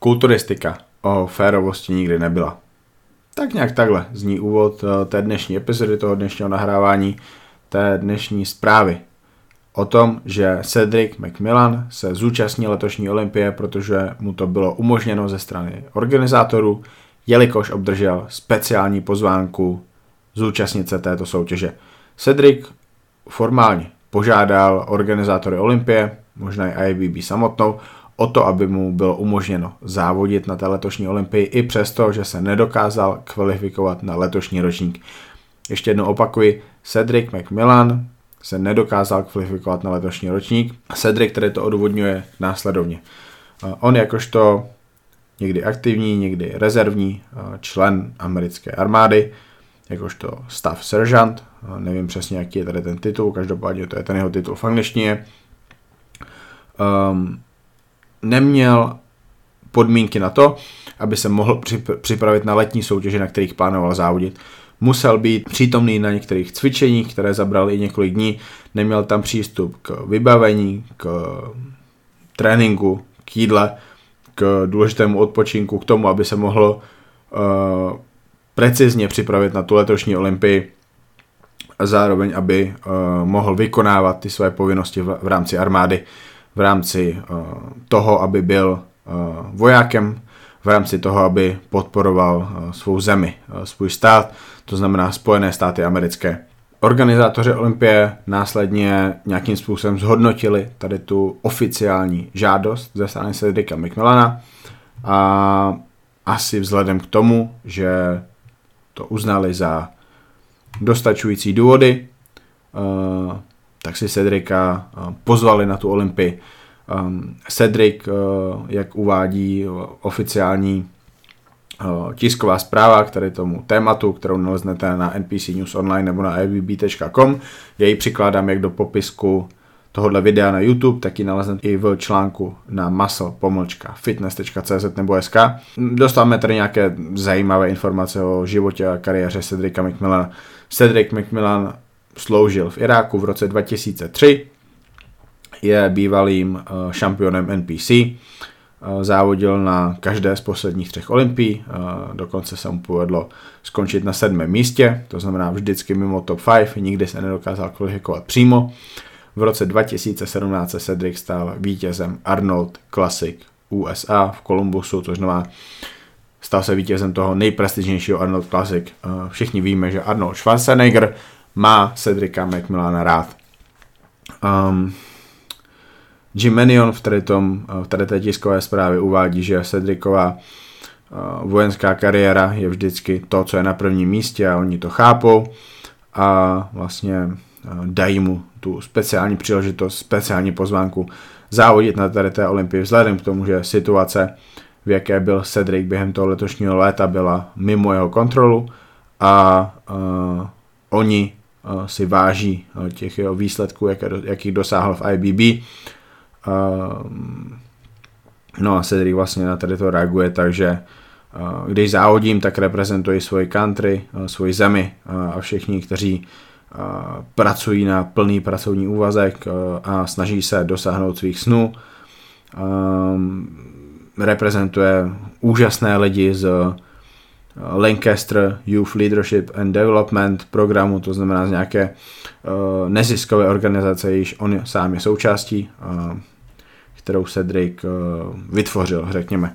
Kulturistika o férovosti nikdy nebyla. Tak nějak takhle zní úvod té dnešní epizody, toho dnešního nahrávání, té dnešní zprávy o tom, že Cedric McMillan se zúčastní letošní olympie, protože mu to bylo umožněno ze strany organizátorů, jelikož obdržel speciální pozvánku zúčastnit se této soutěže. Cedric formálně požádal organizátory olympie, možná i IFBB samotnou, o to, aby mu bylo umožněno závodit na té letošní olympii, i přesto, že se nedokázal kvalifikovat na letošní ročník. Ještě jednou opakuji, Cedric McMillan se nedokázal kvalifikovat na letošní ročník. Cedric, který to odůvodňuje následovně. On jakožto někdy aktivní, někdy rezervní člen americké armády, jakožto staff sergeant, nevím přesně, jaký je tady ten titul, každopádně to je ten jeho titul v angličtině, neměl podmínky na to, aby se mohl připravit na letní soutěže, na kterých plánoval závodit. Musel být přítomný na některých cvičeních, které zabraly i několik dní, neměl tam přístup k vybavení, k tréninku, k jídle, k důležitému odpočinku, k tomu, aby se mohl precizně připravit na tu letošní olympii a zároveň, aby mohl vykonávat ty své povinnosti v rámci armády, v rámci toho, aby byl vojákem, v rámci toho, aby podporoval svou zemi, svůj stát, to znamená Spojené státy americké. Organizátoři olympie následně nějakým způsobem zhodnotili tady tu oficiální žádost ze strany Cedrica McMillana a asi vzhledem k tomu, že to uznali za dostačující důvody, tak si Cedrica pozvali na tu olympii. Cedric, jak uvádí oficiální tisková zpráva k tady tomu tématu, kterou naleznete na NPC News Online nebo na ifbb.com. Já ji přikládám jak do popisku tohohle videa na YouTube, tak ji naleznete i v článku na muscle-fitness.cz nebo SK. Dostáváme tady nějaké zajímavé informace o životě a kariéře Cedrica McMillana. Cedric McMillan sloužil v Iráku v roce 2003, je bývalým šampionem NPC, závodil na každé z posledních 3 olympií, dokonce se mu povedlo skončit na 7. místě, to znamená vždycky mimo top 5, nikdy se nedokázal kvalifikovat přímo. V roce 2017 se Cedric stal vítězem Arnold Classic USA v Columbusu, což znamená stal se vítězem toho nejprestižnějšího Arnold Classic. Všichni víme, že Arnold Schwarzenegger má Cedrica McMillana rád. Jim Mannion v tady té tiskové zprávě uvádí, že Cedricova vojenská kariéra je vždycky to, co je na prvním místě a oni to chápou a vlastně dají mu tu speciální příležitost, speciální pozvánku závodit na tady té olympii vzhledem k tomu, že situace, v jaké byl Cedric během toho letošního léta, byla mimo jeho kontrolu a oni si váží těch jeho výsledků, jakých dosáhl v IFBB. No a Cedric vlastně na tady to reaguje, takže když závodím, tak reprezentuji svoji country, svoji zemi a všichni, kteří pracují na plný pracovní úvazek a snaží se dosáhnout svých snů. Reprezentuje úžasné lidi z Lancaster Youth Leadership and Development programu, to znamená z nějaké neziskové organizace, již on sám je součástí, kterou Cedric vytvořil, řekněme.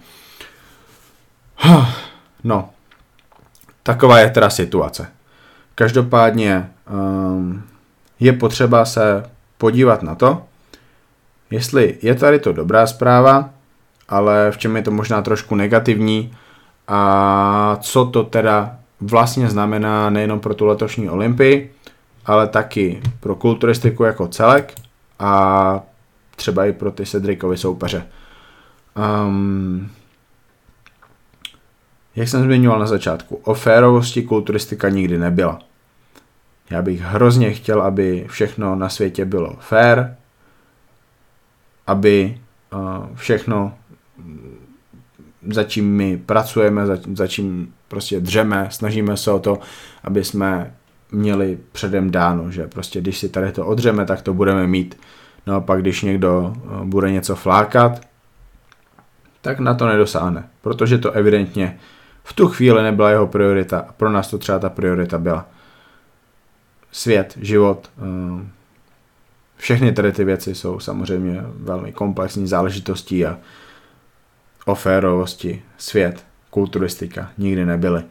No, taková je teda situace. Každopádně je potřeba se podívat na to, jestli je tady to dobrá zpráva, ale v čem je to možná trošku negativní a co to teda vlastně znamená nejenom pro tu letošní olympii, ale taky pro kulturistiku jako celek a třeba i pro ty Cedricovy soupeře. Jak jsem zmiňoval na začátku, o férovosti kulturistika nikdy nebyla. Já bych hrozně chtěl, aby všechno na světě bylo fair, aby všechno, za čím my pracujeme, za čím prostě dřeme, snažíme se o to, aby jsme měli předem dáno, že prostě když si tady to odřeme, tak to budeme mít. No a pak když někdo bude něco flákat, tak na to nedosáhne, protože to evidentně v tu chvíli nebyla jeho priorita a pro nás to třeba ta priorita byla. Svět, život, všechny tady ty věci jsou samozřejmě velmi komplexní záležitostí a o férovosti svět, kulturistika nikdy nebyly.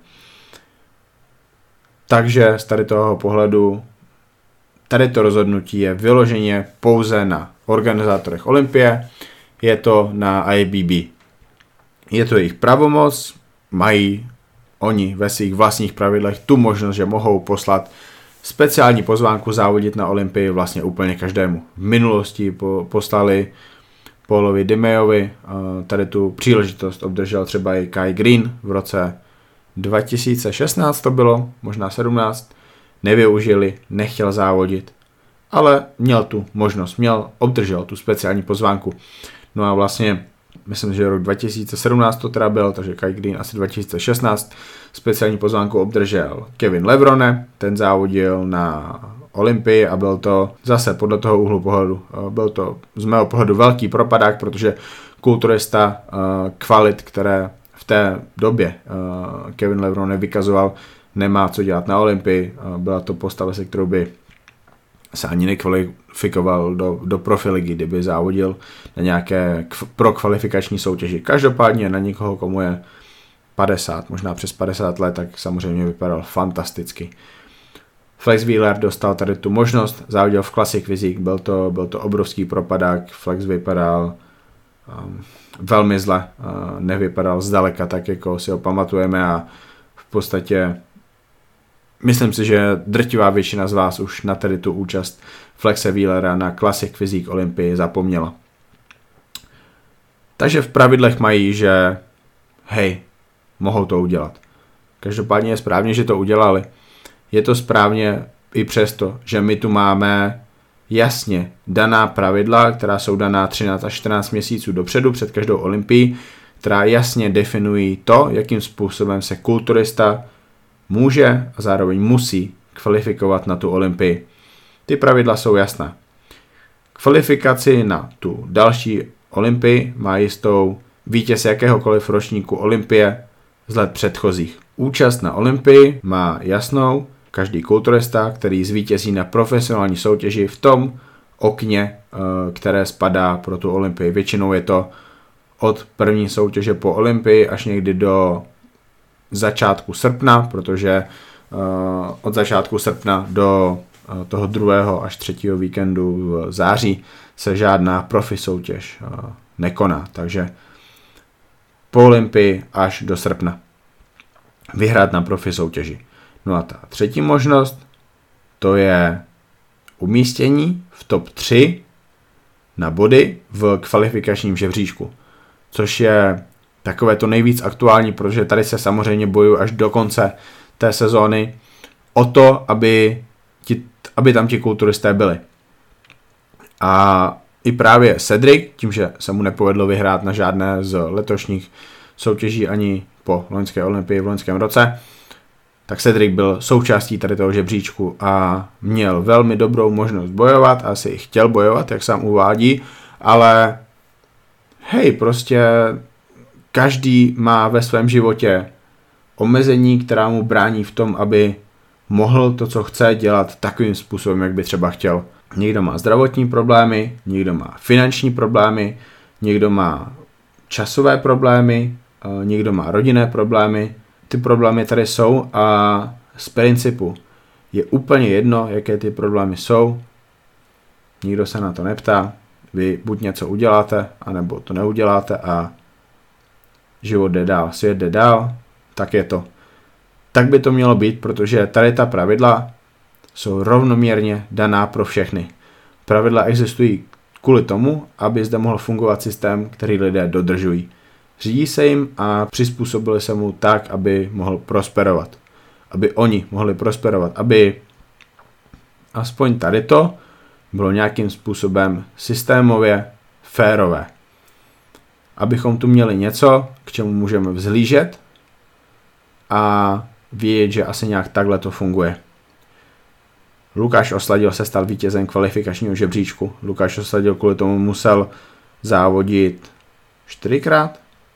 Takže z tady toho pohledu tady to rozhodnutí je vyloženě pouze na organizátorech olympie, je to na IABB. Je to jejich pravomoc, mají oni ve svých vlastních pravidlech tu možnost, že mohou poslat speciální pozvánku závodit na olympii vlastně úplně každému. V minulosti poslali Paulovi Di Maiovi, tady tu příležitost obdržel třeba i Kai Green v roce 2016 to bylo, možná 17, nevyužili, nechtěl závodit, ale měl tu možnost, obdržel tu speciální pozvánku. No a vlastně, myslím, že rok 2017 to teda byl, takže Kai Green asi 2016 speciální pozvánku obdržel Kevin Levrone, ten závodil na Olympii a byl to zase podle toho úhlu pohledu, byl to z mého pohledu velký propadák, protože kulturista kvalit, které v té době Kevin Levrone vykazoval, nemá co dělat na Olympii, byla to postava, se kterou by se ani nekvalifikoval do profiligy, kdyby závodil na nějaké prokvalifikační soutěži. Každopádně na někoho, komu je 50, možná přes 50 let, tak samozřejmě vypadal fantasticky. Flex Wheeler dostal tady tu možnost, závodil v Classic Physique, byl to obrovský propadák, Flex vypadal velmi zle, nevypadal zdaleka tak, jako si ho pamatujeme a v podstatě myslím si, že drtivá většina z vás už na tady tu účast Flexe Wheelera na Classic Physique Olympii zapomněla. Takže v pravidlech mají, že hej, mohou to udělat. Každopádně je správně, že to udělali. Je to správně i přesto, že my tu máme jasně daná pravidla, která jsou daná 13 až 14 měsíců dopředu před každou olympií, která jasně definují to, jakým způsobem se kulturista může a zároveň musí kvalifikovat na tu olympii. Ty pravidla jsou jasná. Kvalifikaci na tu další olympii má jistou vítěz jakéhokoliv ročníku olympie z let předchozích. Účast na olympii má jasnou každý kulturista, který zvítězí na profesionální soutěži v tom okně, které spadá pro tu olympii. Většinou je to od první soutěže po olympii až někdy do začátku srpna, protože od začátku srpna do toho 2. až 3. víkendu v září se žádná profi soutěž nekoná. Takže po olympii až do srpna vyhrát na profi soutěži. No a ta třetí možnost, to je umístění v top 3 na body v kvalifikačním žebříčku, což je takové to nejvíc aktuální, protože tady se samozřejmě bojuje až do konce té sezóny o to, aby tam ti kulturisté byli. A i právě Cedric, tím, že se mu nepovedlo vyhrát na žádné z letošních soutěží ani po loňské olympii v loňském roce, tak Cedric byl součástí tady toho žebříčku a měl velmi dobrou možnost bojovat, asi i chtěl bojovat, jak sám uvádí, ale hej, prostě každý má ve svém životě omezení, která mu brání v tom, aby mohl to, co chce, dělat takovým způsobem, jak by třeba chtěl. Někdo má zdravotní problémy, někdo má finanční problémy, někdo má časové problémy, někdo má rodinné problémy. Ty problémy tady jsou a z principu je úplně jedno, jaké ty problémy jsou. Nikdo se na to neptá. Vy buď něco uděláte, anebo to neuděláte a život jde dál, svět jde dál, tak je to. Tak by to mělo být, protože tady ta pravidla jsou rovnoměrně daná pro všechny. Pravidla existují kvůli tomu, aby zde mohl fungovat systém, který lidé dodržují. Řídí se jim a přizpůsobili se mu tak, aby mohl prosperovat. Aby oni mohli prosperovat, aby aspoň tady to bylo nějakým způsobem systémově férové. Abychom tu měli něco, k čemu můžeme vzhlížet a vědět, že asi nějak takhle to funguje. Lukáš Osladil se stal vítězem kvalifikačního žebříčku. Lukáš Osladil kvůli tomu musel závodit 4krát,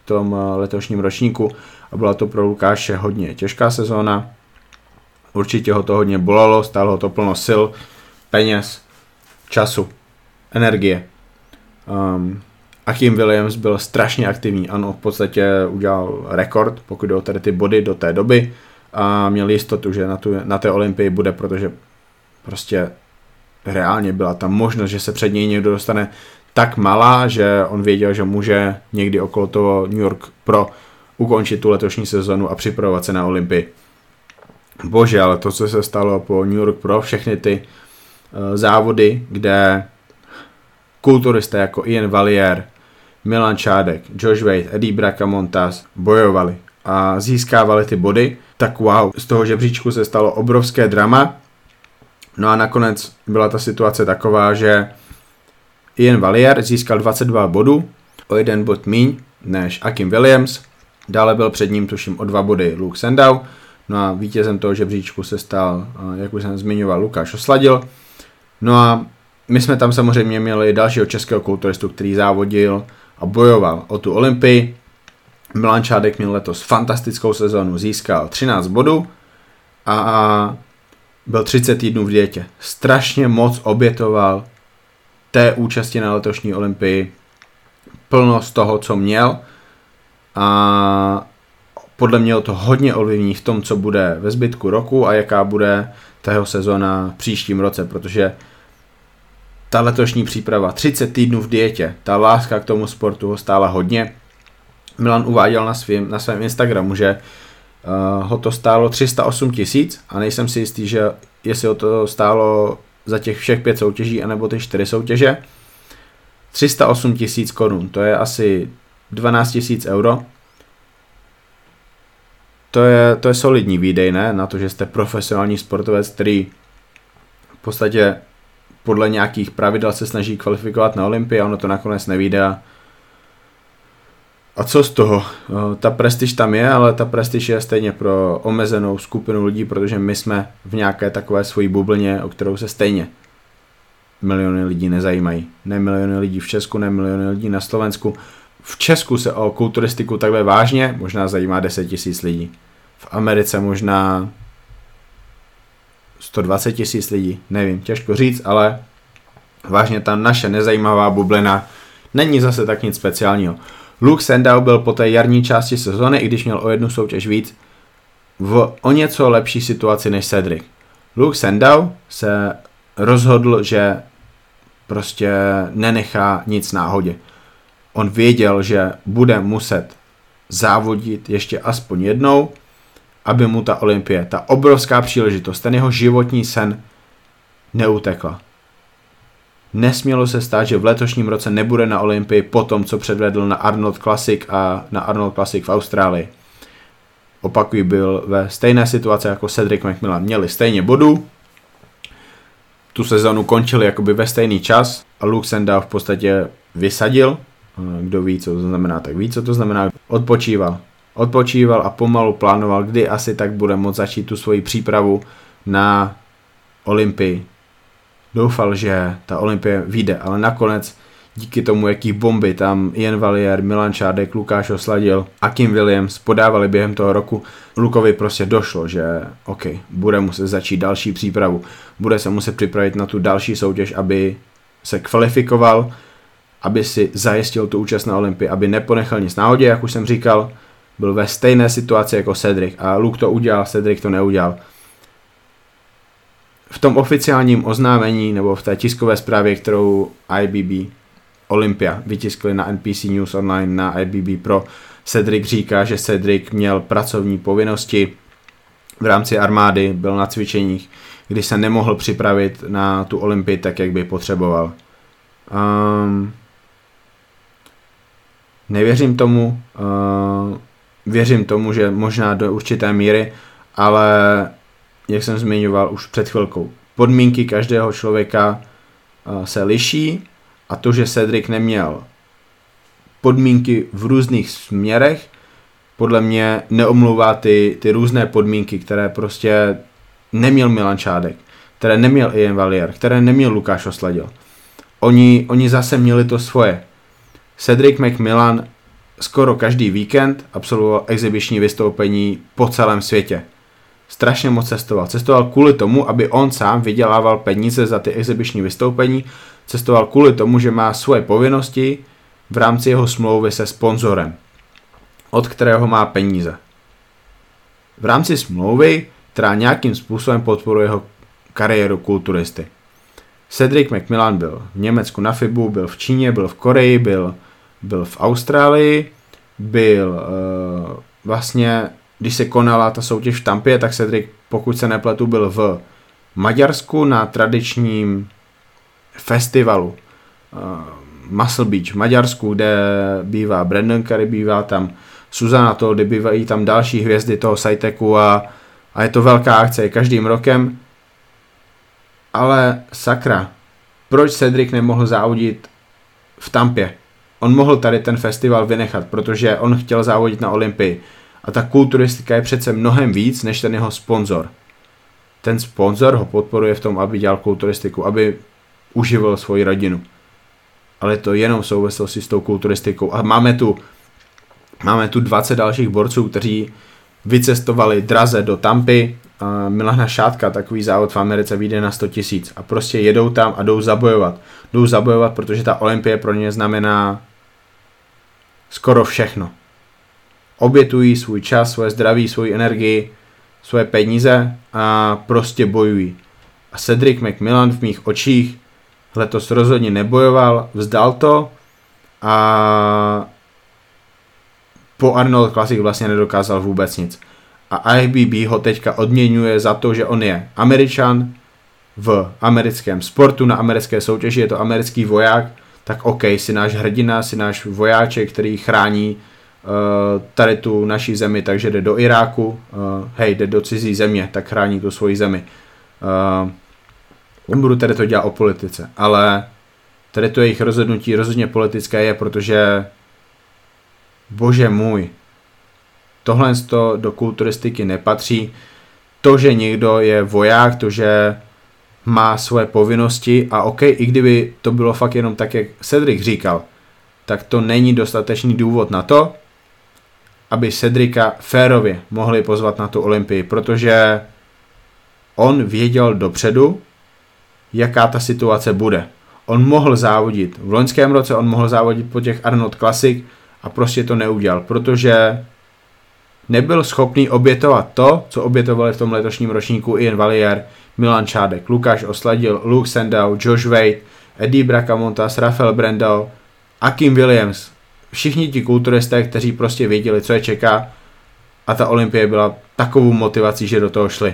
tom letošním ročníku a byla to pro Lukáše hodně těžká sezóna. Určitě ho to hodně bolelo, stálo ho to plno sil, peněz, času, energie. Akeem Williams byl strašně aktivní, ano, v podstatě udělal rekord, pokud jde o tady ty body do té doby a měl jistotu, že na té Olympii bude, protože prostě reálně byla tam možnost, že se před něj někdo dostane tak malá, že on věděl, že může někdy okolo toho New York Pro ukončit tu letošní sezonu a připravovat se na Olympii. Bože, ale to, co se stalo po New York Pro, všechny ty závody, kde kulturisté jako Ian Valliere, Milan Čádek, Josh Wade, Eddie Bracamontas bojovali a získávali ty body, tak wow, z toho žebříčku se stalo obrovské drama. No a nakonec byla ta situace taková, že Ian Valliere získal 22 bodů, o jeden bod míň než Akeem Williams, dále byl před ním tuším o 2 body Luke Sandow, no a vítězem toho žebříčku se stal, jak už jsem zmiňoval, Lukáš Osladil. No a my jsme tam samozřejmě měli dalšího českého kulturistu, který závodil a bojoval o tu Olympii. Milan Čádek měl letos fantastickou sezonu, získal 13 bodů a byl 30 týdnů v dietě. Strašně moc obětoval té účasti na letošní Olympii, plno z toho, co měl a podle mě to hodně ovlivní v tom, co bude ve zbytku roku a jaká bude ta jeho sezona v příštím roce, protože ta letošní příprava, 30 týdnů v dietě, ta láska k tomu sportu ho stála hodně. Milan uváděl na svém Instagramu, že ho to stálo 308 000 a nejsem si jistý, že jestli ho to stálo za těch všech 5 soutěží anebo ty 4 soutěže. 308 000 korun, to je asi 12 000 euro. To je solidní výdej, ne? Na to, že jste profesionální sportovec, který v podstatě podle nějakých pravidel se snaží kvalifikovat na Olympii a ono to nakonec nevyjde. A co z toho? Ta prestiž tam je, ale ta prestiž je stejně pro omezenou skupinu lidí, protože my jsme v nějaké takové svojí bublině, o kterou se stejně miliony lidí nezajímají. Ne miliony lidí v Česku, ne miliony lidí na Slovensku. V Česku se o kulturistiku takhle vážně možná zajímá 10 000 lidí. V Americe možná 120 000 lidí, nevím, těžko říct, ale vážně ta naše nezajímavá bublina není zase tak nic speciálního. Luke Sandow byl po té jarní části sezony, i když měl o jednu soutěž víc, v o něco lepší situaci než Cedric. Luke Sandow se rozhodl, že prostě nenechá nic náhodě. On věděl, že bude muset závodit ještě aspoň jednou, aby mu ta Olympie, ta obrovská příležitost, ten jeho životní sen neutekla. Nesmělo se stát, že v letošním roce nebude na Olympii po tom, co předvedl na Arnold Classic a na Arnold Classic v Austrálii. Opakuji, byl ve stejné situaci jako Cedric McMillan. Měli stejně bodů, tu sezonu končili jakoby ve stejný čas a Luke Sandow v podstatě vysadil. Kdo ví, co to znamená, tak ví, co to znamená. Odpočíval a pomalu plánoval, kdy asi tak bude moct začít tu svoji přípravu na Olympii. Doufal, že ta Olympie vyjde, ale nakonec díky tomu, jaký bomby tam Ian Valliere, Milan Čádek, Lukáš Osladil, Akeem Williams podávali během toho roku, Lukovi prostě došlo, že OK, bude muset začít další přípravu, bude se muset připravit na tu další soutěž, aby se kvalifikoval, aby si zajistil tu účast na Olympii, aby neponechal nic náhodě, jak už jsem říkal, byl ve stejné situaci jako Cedric a Luke to udělal, Cedric to neudělal. V tom oficiálním oznámení nebo v té tiskové zprávě, kterou IBB Olympia vytiskli na NPC News Online na IBB Pro, Cedric říká, že Cedric měl pracovní povinnosti v rámci armády, byl na cvičeních, kdy se nemohl připravit na tu Olympii tak, jak by potřeboval. Nevěřím tomu, věřím tomu, že možná do určité míry, ale jak jsem zmiňoval už před chvilkou, podmínky každého člověka se liší a to, že Cedric neměl podmínky v různých směrech, podle mě neomlouvá ty různé podmínky, které prostě neměl Milan Čádek, které neměl Ian Valliere, které neměl Lukáš Osladil. Oni zase měli to svoje. Cedric McMillan skoro každý víkend absolvoval exibiční vystoupení po celém světě. Strašně moc cestoval. Cestoval kvůli tomu, aby on sám vydělával peníze za ty exibiční vystoupení. Cestoval kvůli tomu, že má svoje povinnosti v rámci jeho smlouvy se sponzorem, od kterého má peníze. V rámci smlouvy, která nějakým způsobem podporuje jeho kariéru kulturisty. Cedric McMillan byl v Německu na FIBu, byl v Číně, byl v Koreji, byl v Austrálii, byl vlastně, když se konala ta soutěž v Tampě, tak Cedric, pokud se nepletu, byl v Maďarsku na tradičním festivalu Muscle Beach v Maďarsku, kde bývá Brandon Curry, bývá tam Susana Toldy, bývají tam další hvězdy toho Sajteku a je to velká akce každým rokem. Ale sakra, proč Cedric nemohl závodit v Tampě? On mohl tady ten festival vynechat, protože on chtěl závodit na Olympii. A ta kulturistika je přece mnohem víc než ten jeho sponzor. Ten sponzor ho podporuje v tom, aby dělal kulturistiku, aby uživil svoji rodinu. Ale to jenom v souvislosti s tou kulturistikou. A máme tu 20 dalších borců, kteří vycestovali draze do Tampy. Milana Šátka, takový závod v Americe, vyjde na 100 000 a prostě jedou tam a jdou zabojovat. Jdou zabojovat, protože ta olympie pro ně znamená skoro všechno. Obětují svůj čas, svoje zdraví, svoji energii, svoje peníze a prostě bojují. A Cedric McMillan v mých očích letos rozhodně nebojoval, vzdal to a po Arnold Classic vlastně nedokázal vůbec nic. A IFBB ho teďka odměňuje za to, že on je Američan v americkém sportu, na americké soutěži, je to americký voják, tak OK, jsi náš hrdina, jsi náš vojáček, který chrání tady tu naší zemi, takže jde do Iráku, jde do cizí země, tak chrání tu svoji zemi. Nebudu tady to dělat o politice, ale tady to jejich rozhodnutí rozhodně politické je, protože bože můj, tohle do kulturistiky nepatří. To, že někdo je voják, to, že má svoje povinnosti a OK, i kdyby to bylo fakt jenom tak, jak Cedric říkal, tak to není dostatečný důvod na to, aby Cedrica férově mohli pozvat na tu Olympii, protože on věděl dopředu, jaká ta situace bude. On mohl závodit v loňském roce, on mohl závodit po těch Arnold Classic a prostě to neudělal, protože nebyl schopný obětovat to, co obětovali v tom letošním ročníku Ian Valliere, Milan Čádek, Lukáš Osladil, Luke Sandow, Josh Wade, Eddie Bracamontas, Rafael Brandao, Akim Williams. Všichni ti kulturisté, kteří prostě věděli, co je čeká a ta olympie byla takovou motivací, že do toho šli.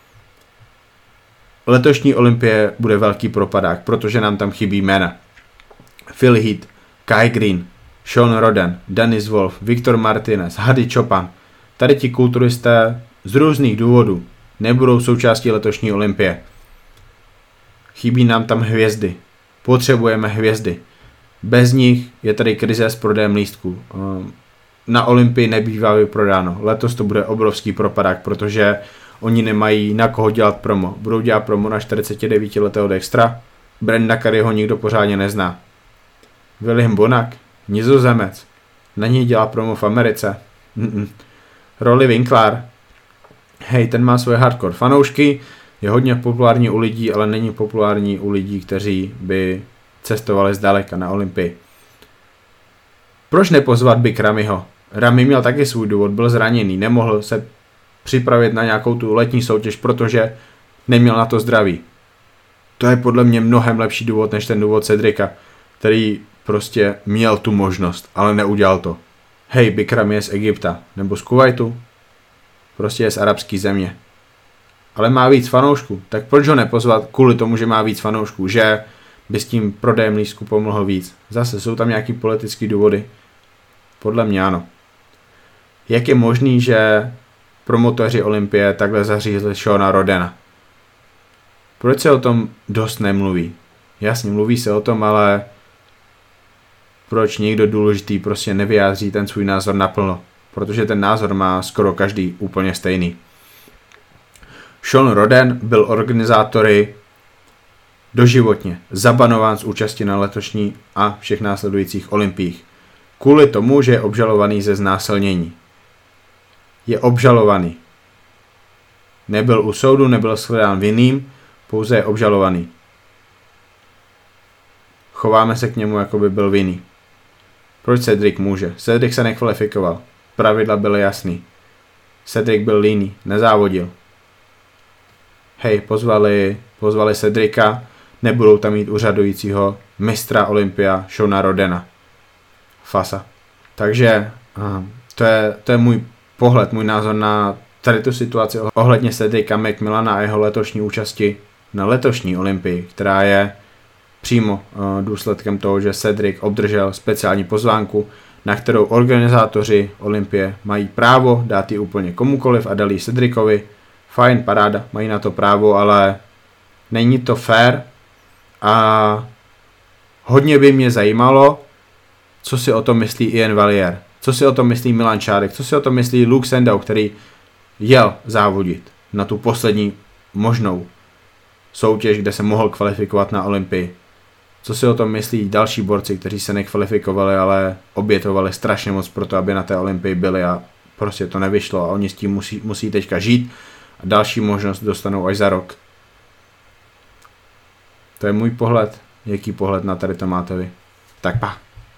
Letošní olympie bude velký propadák, protože nám tam chybí jména. Phil Heath, Kai Green, Sean Roden, Dennis Wolf, Viktor Martinez, Hadi Choopan. Tady ti kulturisté z různých důvodů nebudou součástí letošní olympie. Chybí nám tam hvězdy. Potřebujeme hvězdy. Bez nich je tady krize s prodejem lístků. Na olympii nebývá vyprodáno. Letos to bude obrovský propadák, protože oni nemají na koho dělat promo. Budou dělat promo na 49letého Dextra. Brenda Curryho nikdo pořádně nezná. William Bonac, Nizozemec. Na něj dělá promo v Americe. Rolly Winkler. Ten má svoje hardcore fanoušky, je hodně populární u lidí, ale není populární u lidí, kteří by cestovali zdaleka na Olympii. Proč nepozvat Big Ramiho? Rami měl taky svůj důvod, byl zraněný, nemohl se připravit na nějakou tu letní soutěž, protože neměl na to zdraví. To je podle mě mnohem lepší důvod, než ten důvod Cedrica, který prostě měl tu možnost, ale neudělal to. Big Ramy je z Egypta, nebo z Kuwaitu, prostě je z arabské země. Ale má víc fanoušků, tak proč ho nepozvat kvůli tomu, že má víc fanoušků, že by s tím prodejem lístku pomohl víc. Zase jsou tam nějaký politický důvody. Podle mě ano. Jak je možný, že promotoři Olympie takhle zařízli Seana Rodena? Proč se o tom dost nemluví? Jasně, mluví se o tom, ale proč někdo důležitý prostě nevyjádří ten svůj názor naplno? Protože ten názor má skoro každý úplně stejný. Sean Roden byl organizátory doživotně zabanován z účasti na letošní a všech následujících olympiích. kvůli tomu, že je obžalovaný ze znásilnění. Je obžalovaný. Nebyl u soudu, nebyl shledán vinným, pouze je obžalovaný. Chováme se k němu, jako by byl vinný. Proč Cedric může? Cedric se nekvalifikoval. Pravidla byly jasný. Cedric byl líný, nezávodil. Hej, pozvali Cedrica, nebudou tam mít úřadujícího mistra Olympia Shona Rodena. Fasa. Takže to je můj pohled, můj názor na tady tu situaci ohledně Cedrica McMillana a jeho letošní účasti na letošní Olympii, která je přímo důsledkem toho, že Cedric obdržel speciální pozvánku, na kterou organizátoři Olympie mají právo dát ji úplně komukoliv a dali Cedricovi. Fajn, paráda, mají na to právo, ale není to fair a hodně by mě zajímalo, co si o tom myslí Ian Valliere, co si o tom myslí Milan Čárek, co si o tom myslí Luke Sandow, který jel závodit na tu poslední možnou soutěž, kde se mohl kvalifikovat na Olympii. Co si o tom myslí další borci, kteří se nekvalifikovali, ale obětovali strašně moc pro to, aby na té Olympii byli a prostě to nevyšlo a oni s tím musí teďka žít a další možnost dostanou až za rok. To je můj pohled. Jaký pohled na tady to máte vy? Tak pa.